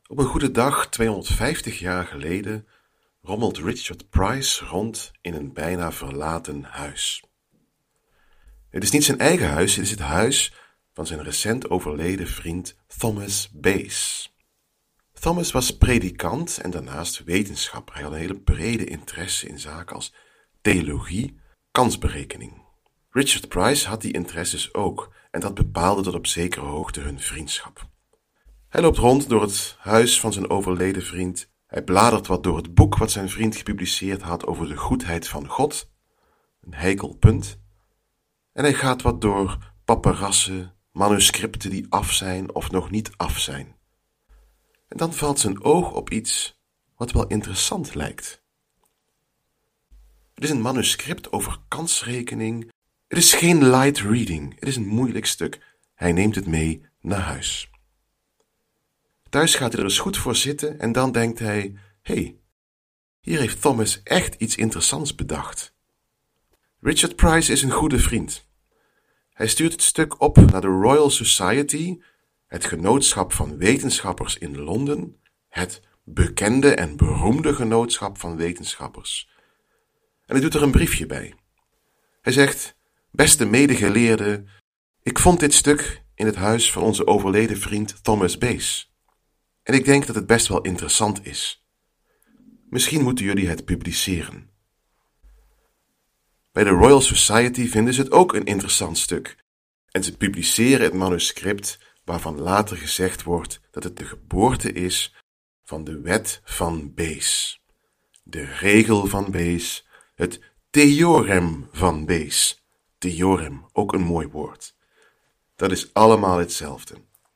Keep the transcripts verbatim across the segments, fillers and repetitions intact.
Op een goede dag, tweehonderdvijftig jaar geleden, rommelt Richard Price rond in een bijna verlaten huis. Het is niet zijn eigen huis, het is het huis van zijn recent overleden vriend Thomas Bayes. Thomas was predikant en daarnaast wetenschapper. Hij had een hele brede interesse in zaken als theologie, kansberekening. Richard Price had die interesses ook en dat bepaalde tot op zekere hoogte hun vriendschap. Hij loopt rond door het huis van zijn overleden vriend. Hij bladert wat door het boek wat zijn vriend gepubliceerd had over de goedheid van God, een heikel punt. En hij gaat wat door paperassen, manuscripten die af zijn of nog niet af zijn. En dan valt zijn oog op iets wat wel interessant lijkt. Het is een manuscript over kansrekening. Het is geen light reading, het is een moeilijk stuk. Hij neemt het mee naar huis. Thuis gaat hij er eens goed voor zitten en dan denkt hij, hé, hey, hier heeft Thomas echt iets interessants bedacht. Richard Price is een goede vriend. Hij stuurt het stuk op naar de Royal Society, het genootschap van wetenschappers in Londen, het bekende en beroemde genootschap van wetenschappers. En hij doet er een briefje bij. Hij zegt, beste medegeleerde, ik vond dit stuk in het huis van onze overleden vriend Thomas Bayes. En ik denk dat het best wel interessant is. Misschien moeten jullie het publiceren. Bij de Royal Society vinden ze het ook een interessant stuk. En ze publiceren het manuscript waarvan later gezegd wordt dat het de geboorte is van de wet van Bayes. De regel van Bayes, het theorem van Bayes. Theorem, ook een mooi woord. Dat is allemaal hetzelfde.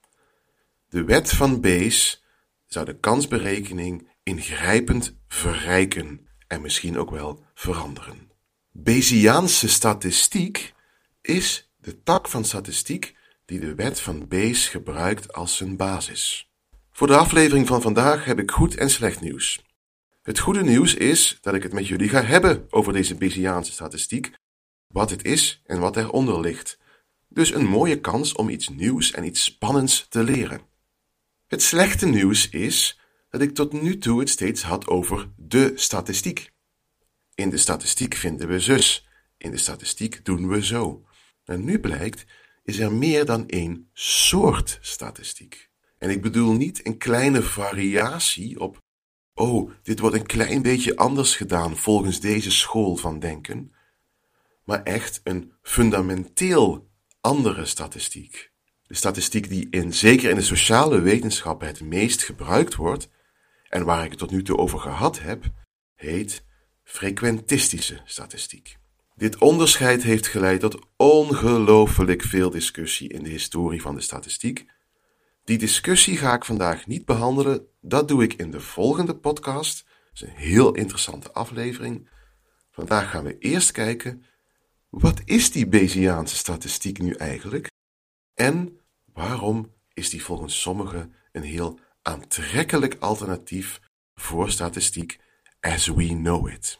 De wet van Bayes zou de kansberekening ingrijpend verrijken en misschien ook wel veranderen. Bayesiaanse statistiek is de tak van statistiek die de wet van Bayes gebruikt als zijn basis. Voor de aflevering van vandaag heb ik goed en slecht nieuws. Het goede nieuws is dat ik het met jullie ga hebben over deze Bayesiaanse statistiek, wat het is en wat eronder ligt. Dus een mooie kans om iets nieuws en iets spannends te leren. Het slechte nieuws is dat ik tot nu toe het steeds had over de statistiek. In de statistiek vinden we zus, in de statistiek doen we zo. En nu blijkt, is er meer dan één soort statistiek. En ik bedoel niet een kleine variatie op, oh, dit wordt een klein beetje anders gedaan volgens deze school van denken, maar echt een fundamenteel andere statistiek. De statistiek die in, zeker in de sociale wetenschappen het meest gebruikt wordt, en waar ik het tot nu toe over gehad heb, heet frequentistische statistiek. Dit onderscheid heeft geleid tot ongelooflijk veel discussie in de historie van de statistiek. Die discussie ga ik vandaag niet behandelen, dat doe ik in de volgende podcast. Dat is een heel interessante aflevering. Vandaag gaan we eerst kijken, wat is die Bayesiaanse statistiek nu eigenlijk? En waarom is die volgens sommigen een heel aantrekkelijk alternatief voor statistiek as we know it?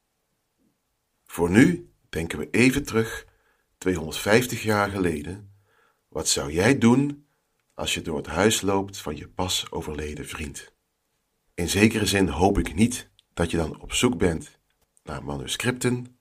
Voor nu denken we even terug, tweehonderdvijftig jaar geleden. Wat zou jij doen als je door het huis loopt van je pas overleden vriend? In zekere zin hoop ik niet dat je dan op zoek bent naar manuscripten,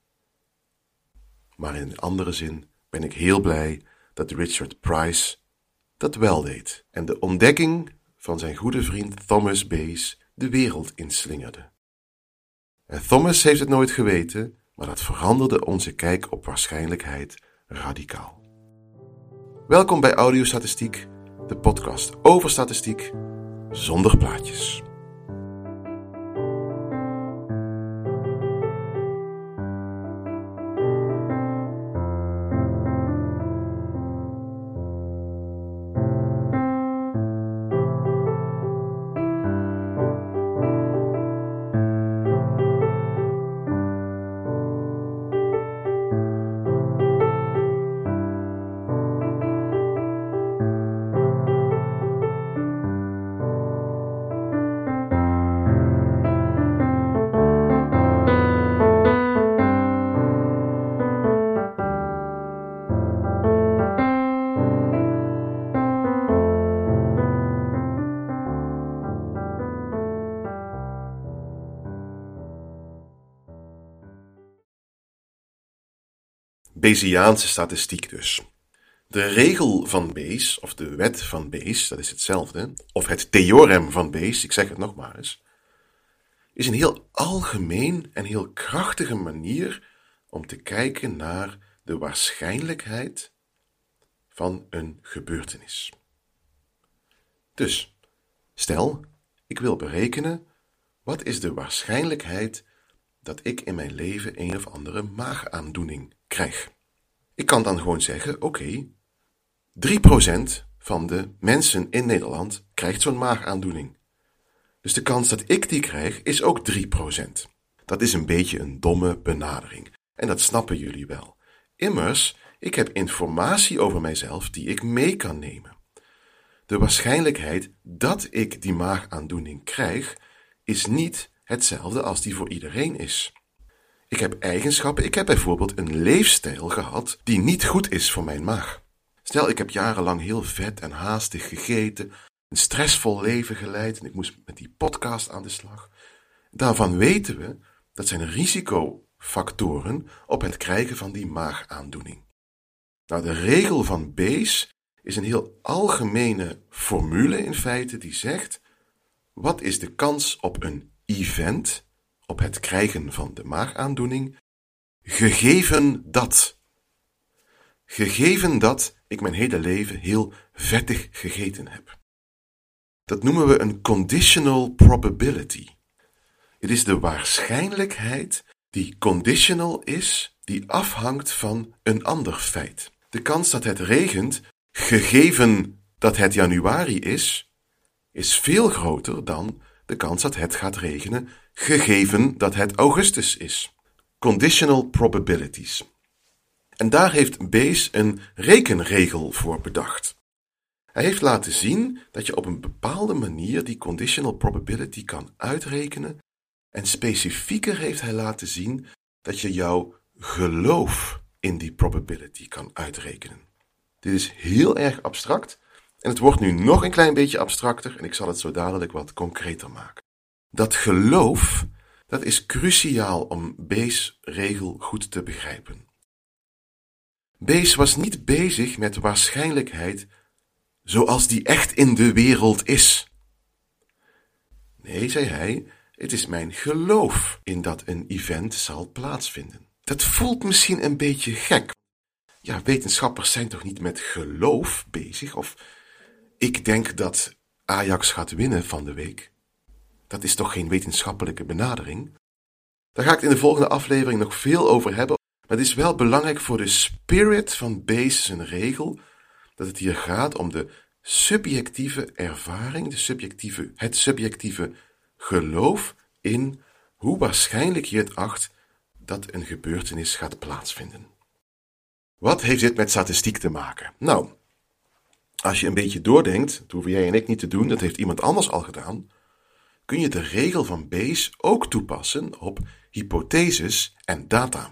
maar in een andere zin ben ik heel blij dat Richard Price dat wel deed en de ontdekking van zijn goede vriend Thomas Bayes de wereld inslingerde. En Thomas heeft het nooit geweten, maar dat veranderde onze kijk op waarschijnlijkheid radicaal. Welkom bij Audiostatistiek, de podcast over statistiek zonder plaatjes. Bayesiaanse statistiek dus. De regel van Bayes, of de wet van Bayes, dat is hetzelfde, of het theorem van Bayes, ik zeg het nog maar eens, is een heel algemeen en heel krachtige manier om te kijken naar de waarschijnlijkheid van een gebeurtenis. Dus, stel, ik wil berekenen, wat is de waarschijnlijkheid dat ik in mijn leven een of andere maagaandoening krijg? Ik kan dan gewoon zeggen, oké, okay, drie procent van de mensen in Nederland krijgt zo'n maagaandoening. Dus de kans dat ik die krijg is ook drie procent. Dat is een beetje een domme benadering. En dat snappen jullie wel. Immers, ik heb informatie over mijzelf die ik mee kan nemen. De waarschijnlijkheid dat ik die maagaandoening krijg, is niet hetzelfde als die voor iedereen is. Ik heb eigenschappen, ik heb bijvoorbeeld een leefstijl gehad die niet goed is voor mijn maag. Stel, ik heb jarenlang heel vet en haastig gegeten, een stressvol leven geleid en ik moest met die podcast aan de slag. Daarvan weten we, dat zijn risicofactoren op het krijgen van die maagaandoening. Nou, de regel van Bayes is een heel algemene formule in feite die zegt, wat is de kans op een event, op het krijgen van de maagaandoening, gegeven dat. Gegeven dat ik mijn hele leven heel vettig gegeten heb. Dat noemen we een conditional probability. Het is de waarschijnlijkheid die conditional is, die afhangt van een ander feit. De kans dat het regent, gegeven dat het januari is, is veel groter dan de kans dat het gaat regenen, gegeven dat het augustus is. Conditional probabilities. En daar heeft Bayes een rekenregel voor bedacht. Hij heeft laten zien dat je op een bepaalde manier die conditional probability kan uitrekenen en specifieker heeft hij laten zien dat je jouw geloof in die probability kan uitrekenen. Dit is heel erg abstract en het wordt nu nog een klein beetje abstracter en ik zal het zo dadelijk wat concreter maken. Dat geloof, dat is cruciaal om Bayes' regel goed te begrijpen. Bayes was niet bezig met waarschijnlijkheid zoals die echt in de wereld is. Nee, zei hij, het is mijn geloof in dat een event zal plaatsvinden. Dat voelt misschien een beetje gek. Ja, wetenschappers zijn toch niet met geloof bezig? Of ik denk dat Ajax gaat winnen van de week. Dat is toch geen wetenschappelijke benadering? Daar ga ik het in de volgende aflevering nog veel over hebben. Maar het is wel belangrijk voor de spirit van Bayes' zijn regel, dat het hier gaat om de subjectieve ervaring, de subjectieve, het subjectieve geloof in hoe waarschijnlijk je het acht dat een gebeurtenis gaat plaatsvinden. Wat heeft dit met statistiek te maken? Nou, als je een beetje doordenkt, dat hoeven jij en ik niet te doen, dat heeft iemand anders al gedaan, kun je de regel van Bayes ook toepassen op hypotheses en data.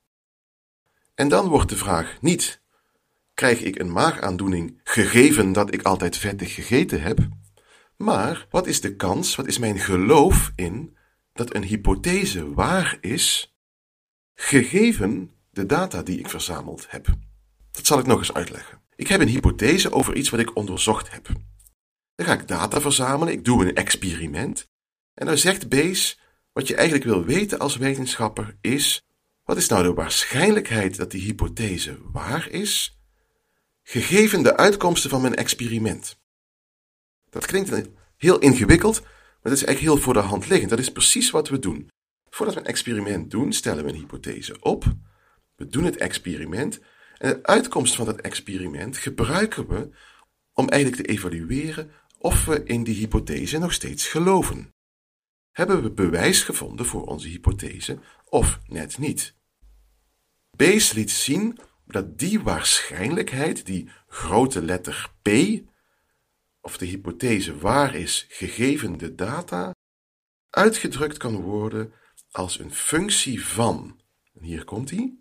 En dan wordt de vraag niet, krijg ik een maagaandoening gegeven dat ik altijd vettig gegeten heb? Maar wat is de kans, wat is mijn geloof in dat een hypothese waar is, gegeven de data die ik verzameld heb? Dat zal ik nog eens uitleggen. Ik heb een hypothese over iets wat ik onderzocht heb. Dan ga ik data verzamelen, ik doe een experiment. En dan zegt Bayes, wat je eigenlijk wil weten als wetenschapper is, wat is nou de waarschijnlijkheid dat die hypothese waar is, gegeven de uitkomsten van mijn experiment? Dat klinkt heel ingewikkeld, maar dat is eigenlijk heel voor de hand liggend. Dat is precies wat we doen. Voordat we een experiment doen, stellen we een hypothese op. We doen het experiment en de uitkomst van dat experiment gebruiken we om eigenlijk te evalueren of we in die hypothese nog steeds geloven. Hebben we bewijs gevonden voor onze hypothese of net niet? Bayes liet zien dat die waarschijnlijkheid, die grote letter P, of de hypothese waar is gegeven de data, uitgedrukt kan worden als een functie van, en hier komt die,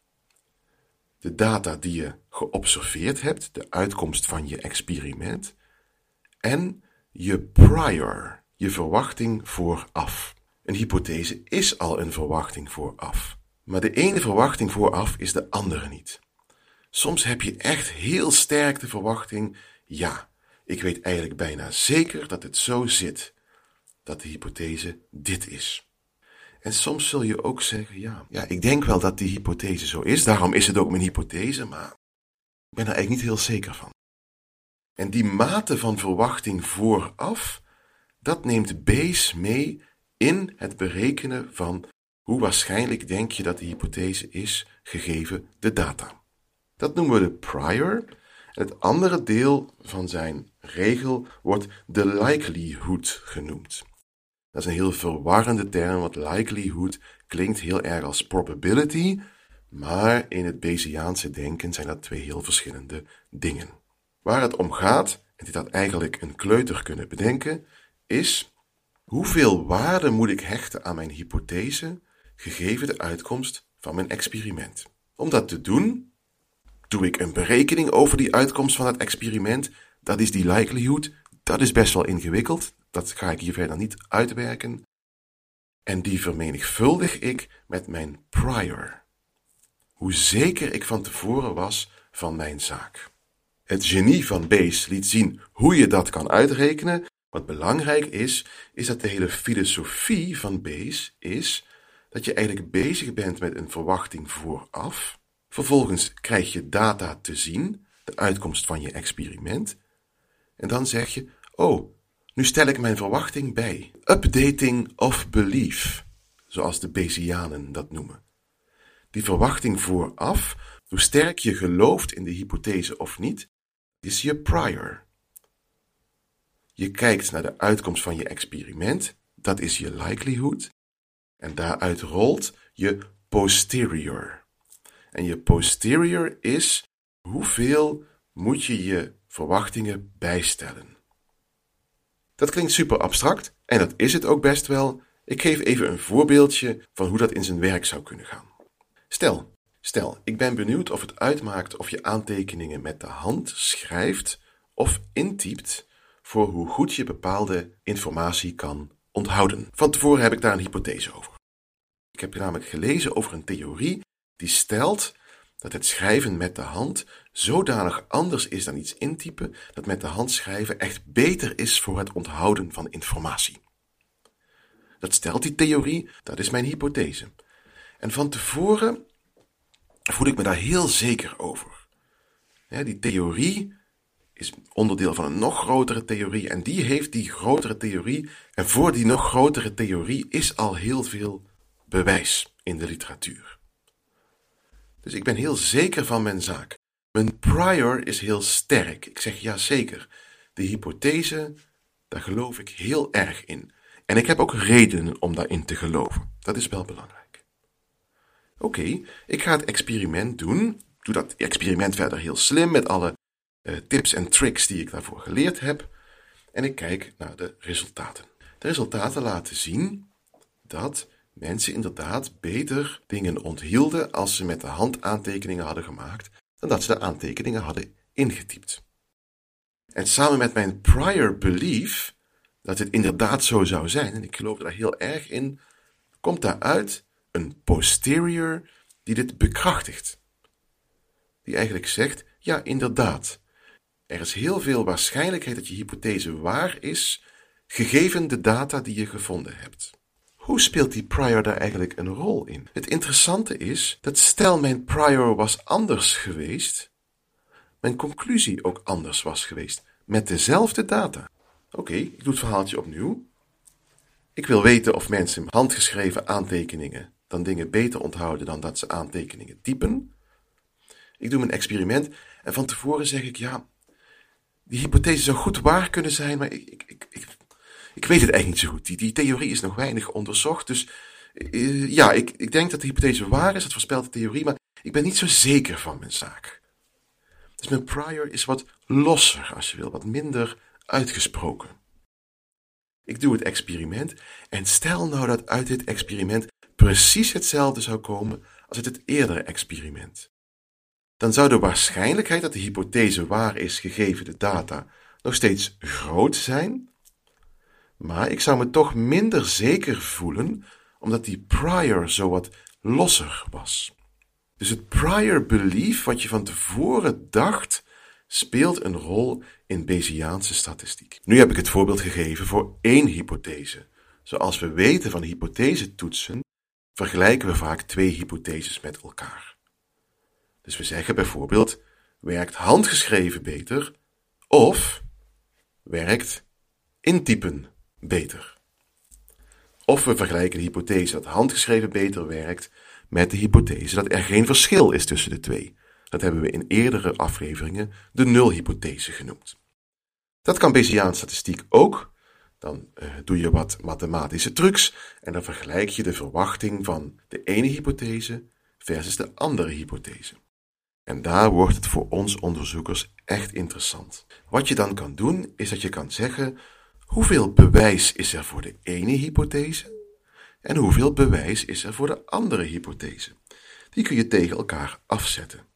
de data die je geobserveerd hebt, de uitkomst van je experiment, en je prior, je verwachting vooraf. Een hypothese is al een verwachting vooraf. Maar de ene verwachting vooraf is de andere niet. Soms heb je echt heel sterk de verwachting, ja, ik weet eigenlijk bijna zeker dat het zo zit, dat de hypothese dit is. En soms zul je ook zeggen, ja, ja, ik denk wel dat die hypothese zo is, daarom is het ook mijn hypothese, maar ik ben er eigenlijk niet heel zeker van. En die mate van verwachting vooraf, dat neemt Bayes mee in het berekenen van hoe waarschijnlijk denk je dat de hypothese is, gegeven de data. Dat noemen we de prior. En het andere deel van zijn regel wordt de likelihood genoemd. Dat is een heel verwarrende term, want likelihood klinkt heel erg als probability, maar in het Bayesiaanse denken zijn dat twee heel verschillende dingen. Waar het om gaat, en dit had eigenlijk een kleuter kunnen bedenken, is hoeveel waarde moet ik hechten aan mijn hypothese, gegeven de uitkomst van mijn experiment. Om dat te doen, doe ik een berekening over die uitkomst van het experiment. Dat is die likelihood. Dat is best wel ingewikkeld. Dat ga ik hier verder niet uitwerken. En die vermenigvuldig ik met mijn prior. Hoe zeker ik van tevoren was van mijn zaak. Het genie van Bayes liet zien hoe je dat kan uitrekenen. Wat belangrijk is, is dat de hele filosofie van Bayes is dat je eigenlijk bezig bent met een verwachting vooraf. Vervolgens krijg je data te zien, de uitkomst van je experiment. En dan zeg je, oh, nu stel ik mijn verwachting bij. Updating of belief, zoals de Bayesianen dat noemen. Die verwachting vooraf, hoe sterk je gelooft in de hypothese of niet, is je prior. Je kijkt naar de uitkomst van je experiment, dat is je likelihood. En daaruit rolt je posterior. En je posterior is hoeveel moet je je verwachtingen bijstellen. Dat klinkt super abstract en dat is het ook best wel. Ik geef even een voorbeeldje van hoe dat in zijn werk zou kunnen gaan. Stel, stel, ik ben benieuwd of het uitmaakt of je aantekeningen met de hand schrijft of intypt voor hoe goed je bepaalde informatie kan onthouden. Van tevoren heb ik daar een hypothese over. Ik heb namelijk gelezen over een theorie die stelt dat het schrijven met de hand zodanig anders is dan iets intypen, dat met de hand schrijven echt beter is voor het onthouden van informatie. Dat stelt die theorie, dat is mijn hypothese. En van tevoren voel ik me daar heel zeker over. Ja, die theorie is onderdeel van een nog grotere theorie en die heeft die grotere theorie. En voor die nog grotere theorie is al heel veel bewijs in de literatuur. Dus ik ben heel zeker van mijn zaak. Mijn prior is heel sterk. Ik zeg ja zeker. De hypothese, daar geloof ik heel erg in. En ik heb ook redenen om daarin te geloven. Dat is wel belangrijk. Oké, okay, ik ga het experiment doen. Doe dat experiment verder heel slim met alle uh, tips en tricks die ik daarvoor geleerd heb. En ik kijk naar de resultaten. De resultaten laten zien dat mensen inderdaad beter dingen onthielden als ze met de hand aantekeningen hadden gemaakt, dan dat ze de aantekeningen hadden ingetypt. En samen met mijn prior belief, dat het inderdaad zo zou zijn, en ik geloof daar heel erg in, komt daaruit een posterior die dit bekrachtigt. Die eigenlijk zegt, ja inderdaad, er is heel veel waarschijnlijkheid dat je hypothese waar is, gegeven de data die je gevonden hebt. Hoe speelt die prior daar eigenlijk een rol in? Het interessante is dat stel mijn prior was anders geweest, mijn conclusie ook anders was geweest, met dezelfde data. Oké, okay, ik doe het verhaaltje opnieuw. Ik wil weten of mensen handgeschreven aantekeningen dan dingen beter onthouden dan dat ze aantekeningen typen. Ik doe mijn experiment en van tevoren zeg ik, ja, die hypothese zou goed waar kunnen zijn, maar ik, ik, ik, ik, ik weet het eigenlijk niet zo goed. Die, die theorie is nog weinig onderzocht, dus uh, ja, ik, ik denk dat de hypothese waar is, dat voorspelt de theorie, maar ik ben niet zo zeker van mijn zaak. Dus mijn prior is wat losser, als je wil, wat minder uitgesproken. Ik doe het experiment en stel nou dat uit dit experiment precies hetzelfde zou komen als uit het eerdere experiment. Dan zou de waarschijnlijkheid dat de hypothese waar is gegeven de data nog steeds groot zijn, maar ik zou me toch minder zeker voelen omdat die prior zo wat losser was. Dus het prior belief, wat je van tevoren dacht, speelt een rol in Bayesiaanse statistiek. Nu heb ik het voorbeeld gegeven voor één hypothese. Zoals we weten van hypothesetoetsen, vergelijken we vaak twee hypotheses met elkaar. Dus we zeggen bijvoorbeeld, werkt handgeschreven beter of werkt intypen beter? Of we vergelijken de hypothese dat handgeschreven beter werkt met de hypothese dat er geen verschil is tussen de twee. Dat hebben we in eerdere afleveringen de nulhypothese genoemd. Dat kan Bayesiaanse statistiek ook. Dan uh, doe je wat mathematische trucs en dan vergelijk je de verwachting van de ene hypothese versus de andere hypothese. En daar wordt het voor ons onderzoekers echt interessant. Wat je dan kan doen, is dat je kan zeggen, hoeveel bewijs is er voor de ene hypothese en hoeveel bewijs is er voor de andere hypothese. Die kun je tegen elkaar afzetten.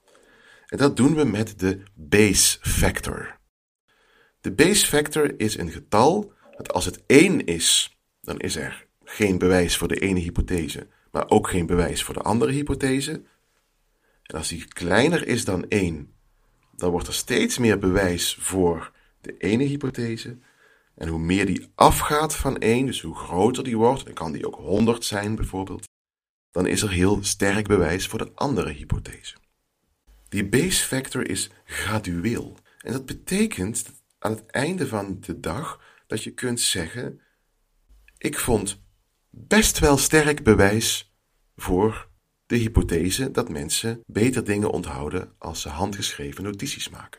En dat doen we met de Bayes factor. De Bayes factor is een getal dat als het één is, dan is er geen bewijs voor de ene hypothese, maar ook geen bewijs voor de andere hypothese. En als die kleiner is dan één, dan wordt er steeds meer bewijs voor de ene hypothese. En hoe meer die afgaat van één, dus hoe groter die wordt, dan kan die ook honderd zijn bijvoorbeeld, dan is er heel sterk bewijs voor de andere hypothese. Die Bayes factor is gradueel. En dat betekent dat aan het einde van de dag dat je kunt zeggen, ik vond best wel sterk bewijs voor de hypothese dat mensen beter dingen onthouden als ze handgeschreven notities maken.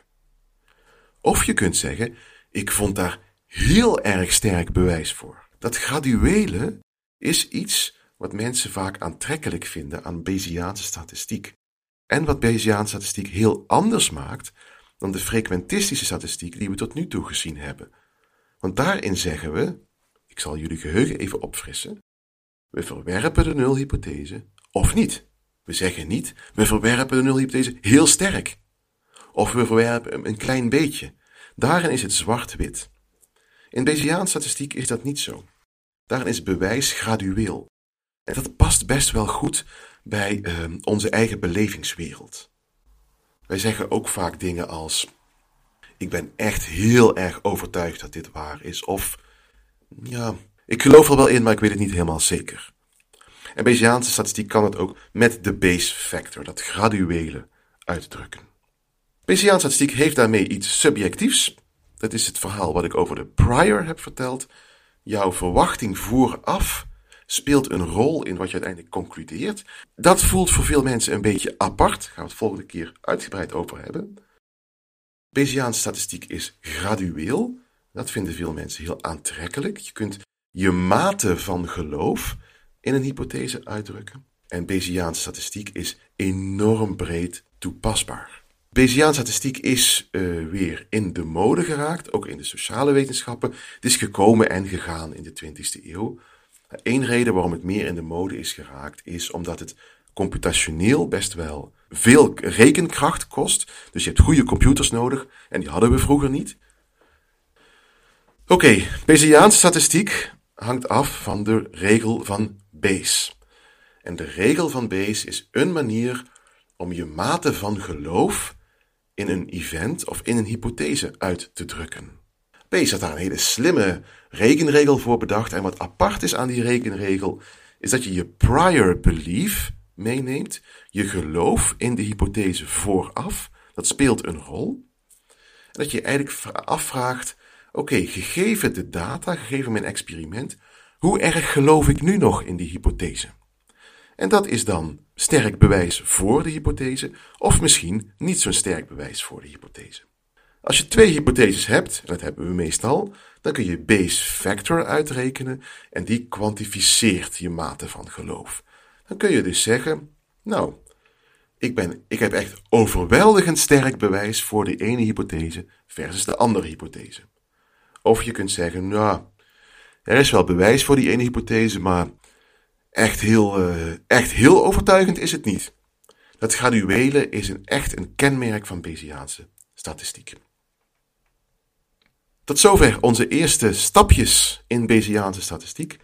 Of je kunt zeggen, ik vond daar heel erg sterk bewijs voor. Dat graduele is iets wat mensen vaak aantrekkelijk vinden aan Bayesiaanse statistiek. En wat Bayesiaanse statistiek heel anders maakt dan de frequentistische statistiek die we tot nu toe gezien hebben. Want daarin zeggen we, ik zal jullie geheugen even opfrissen, we verwerpen de nulhypothese of niet. We zeggen niet, we verwerpen de nulhypothese heel sterk. Of we verwerpen hem een klein beetje. Daarin is het zwart-wit. In Bayesiaanse statistiek is dat niet zo. Daarin is bewijs gradueel. En dat past best wel goed bij uh, onze eigen belevingswereld. Wij zeggen ook vaak dingen als, ik ben echt heel erg overtuigd dat dit waar is. Of, ja, ik geloof er wel in, maar ik weet het niet helemaal zeker. En Bayesiaanse statistiek kan het ook met de Bayes factor, dat graduele, uitdrukken. Bayesiaanse statistiek heeft daarmee iets subjectiefs. Dat is het verhaal wat ik over de prior heb verteld. Jouw verwachting vooraf speelt een rol in wat je uiteindelijk concludeert. Dat voelt voor veel mensen een beetje apart. Daar gaan we het volgende keer uitgebreid over hebben. Bayesiaanse statistiek is gradueel. Dat vinden veel mensen heel aantrekkelijk. Je kunt je mate van geloof in een hypothese uitdrukken. En Bayesiaanse statistiek is enorm breed toepasbaar. Bayesiaanse statistiek is uh, weer in de mode geraakt, ook in de sociale wetenschappen. Het is gekomen en gegaan in de twintigste eeuw. Eén reden waarom het meer in de mode is geraakt, is omdat het computationeel best wel veel rekenkracht kost. Dus je hebt goede computers nodig en die hadden we vroeger niet. Oké, okay, Bayesiaanse statistiek hangt af van de regel van Bayes. En de regel van Bayes is een manier om je mate van geloof in een event of in een hypothese uit te drukken. Bayes had daar een hele slimme rekenregel voor bedacht. En wat apart is aan die rekenregel, is dat je je prior belief meeneemt, je geloof in de hypothese vooraf, dat speelt een rol. En dat je eigenlijk afvraagt, oké, okay, gegeven de data, gegeven mijn experiment, hoe erg geloof ik nu nog in die hypothese? En dat is dan sterk bewijs voor de hypothese, of misschien niet zo'n sterk bewijs voor de hypothese. Als je twee hypotheses hebt, en dat hebben we meestal, dan kun je Bayes factor uitrekenen en die kwantificeert je mate van geloof. Dan kun je dus zeggen, nou, ik, ben, ik heb echt overweldigend sterk bewijs voor de ene hypothese versus de andere hypothese. Of je kunt zeggen, nou, er is wel bewijs voor die ene hypothese, maar echt heel, uh, echt heel overtuigend is het niet. Dat graduele is een, echt een kenmerk van Bayesiaanse statistiek. Tot zover onze eerste stapjes in Bayesiaanse statistiek.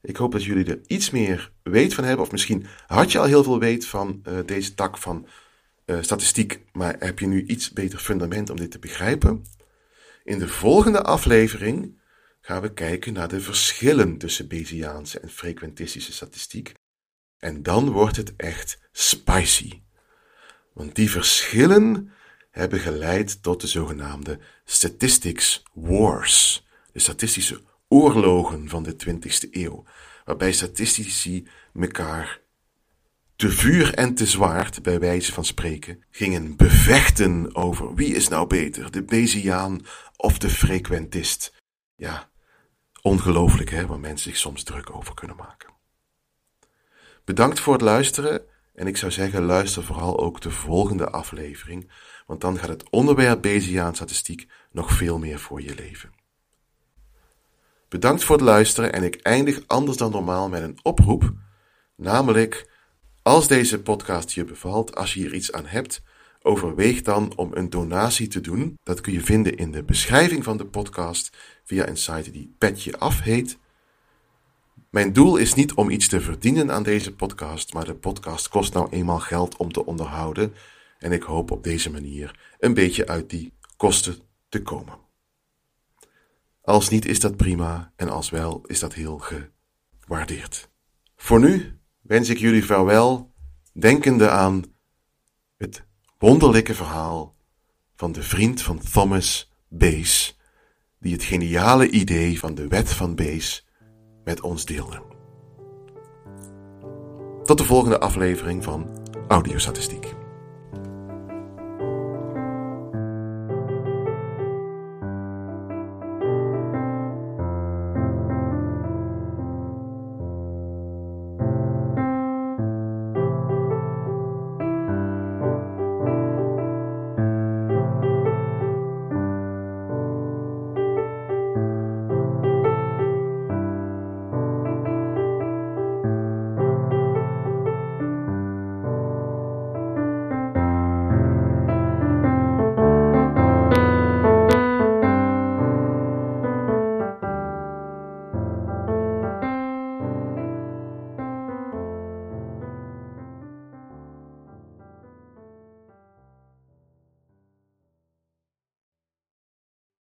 Ik hoop dat jullie er iets meer weet van hebben. Of misschien had je al heel veel weet van uh, deze tak van uh, statistiek. Maar heb je nu iets beter fundament om dit te begrijpen? In de volgende aflevering gaan we kijken naar de verschillen tussen Bayesiaanse en frequentistische statistiek. En dan wordt het echt spicy. Want die verschillen hebben geleid tot de zogenaamde statistics wars. De statistische oorlogen van de twintigste eeuw. Waarbij statistici elkaar te vuur en te zwaard, bij wijze van spreken, gingen bevechten over wie is nou beter, de Bayesiaan of de frequentist. Ja, ongelooflijk hè, waar mensen zich soms druk over kunnen maken. Bedankt voor het luisteren en ik zou zeggen luister vooral ook de volgende aflevering, want dan gaat het onderwerp Bayesiaan statistiek nog veel meer voor je leven. Bedankt voor het luisteren en ik eindig anders dan normaal met een oproep, namelijk als deze podcast je bevalt, als je hier iets aan hebt, overweeg dan om een donatie te doen. Dat kun je vinden in de beschrijving van de podcast via een site die Petje Af heet. Mijn doel is niet om iets te verdienen aan deze podcast, maar de podcast kost nou eenmaal geld om te onderhouden en ik hoop op deze manier een beetje uit die kosten te komen. Als niet is dat prima en als wel is dat heel gewaardeerd. Voor nu wens ik jullie vaarwel, denkende aan het wonderlijke verhaal van de vriend van Thomas Bayes, die het geniale idee van de wet van Bayes met ons deelde. Tot de volgende aflevering van Audiostatistiek.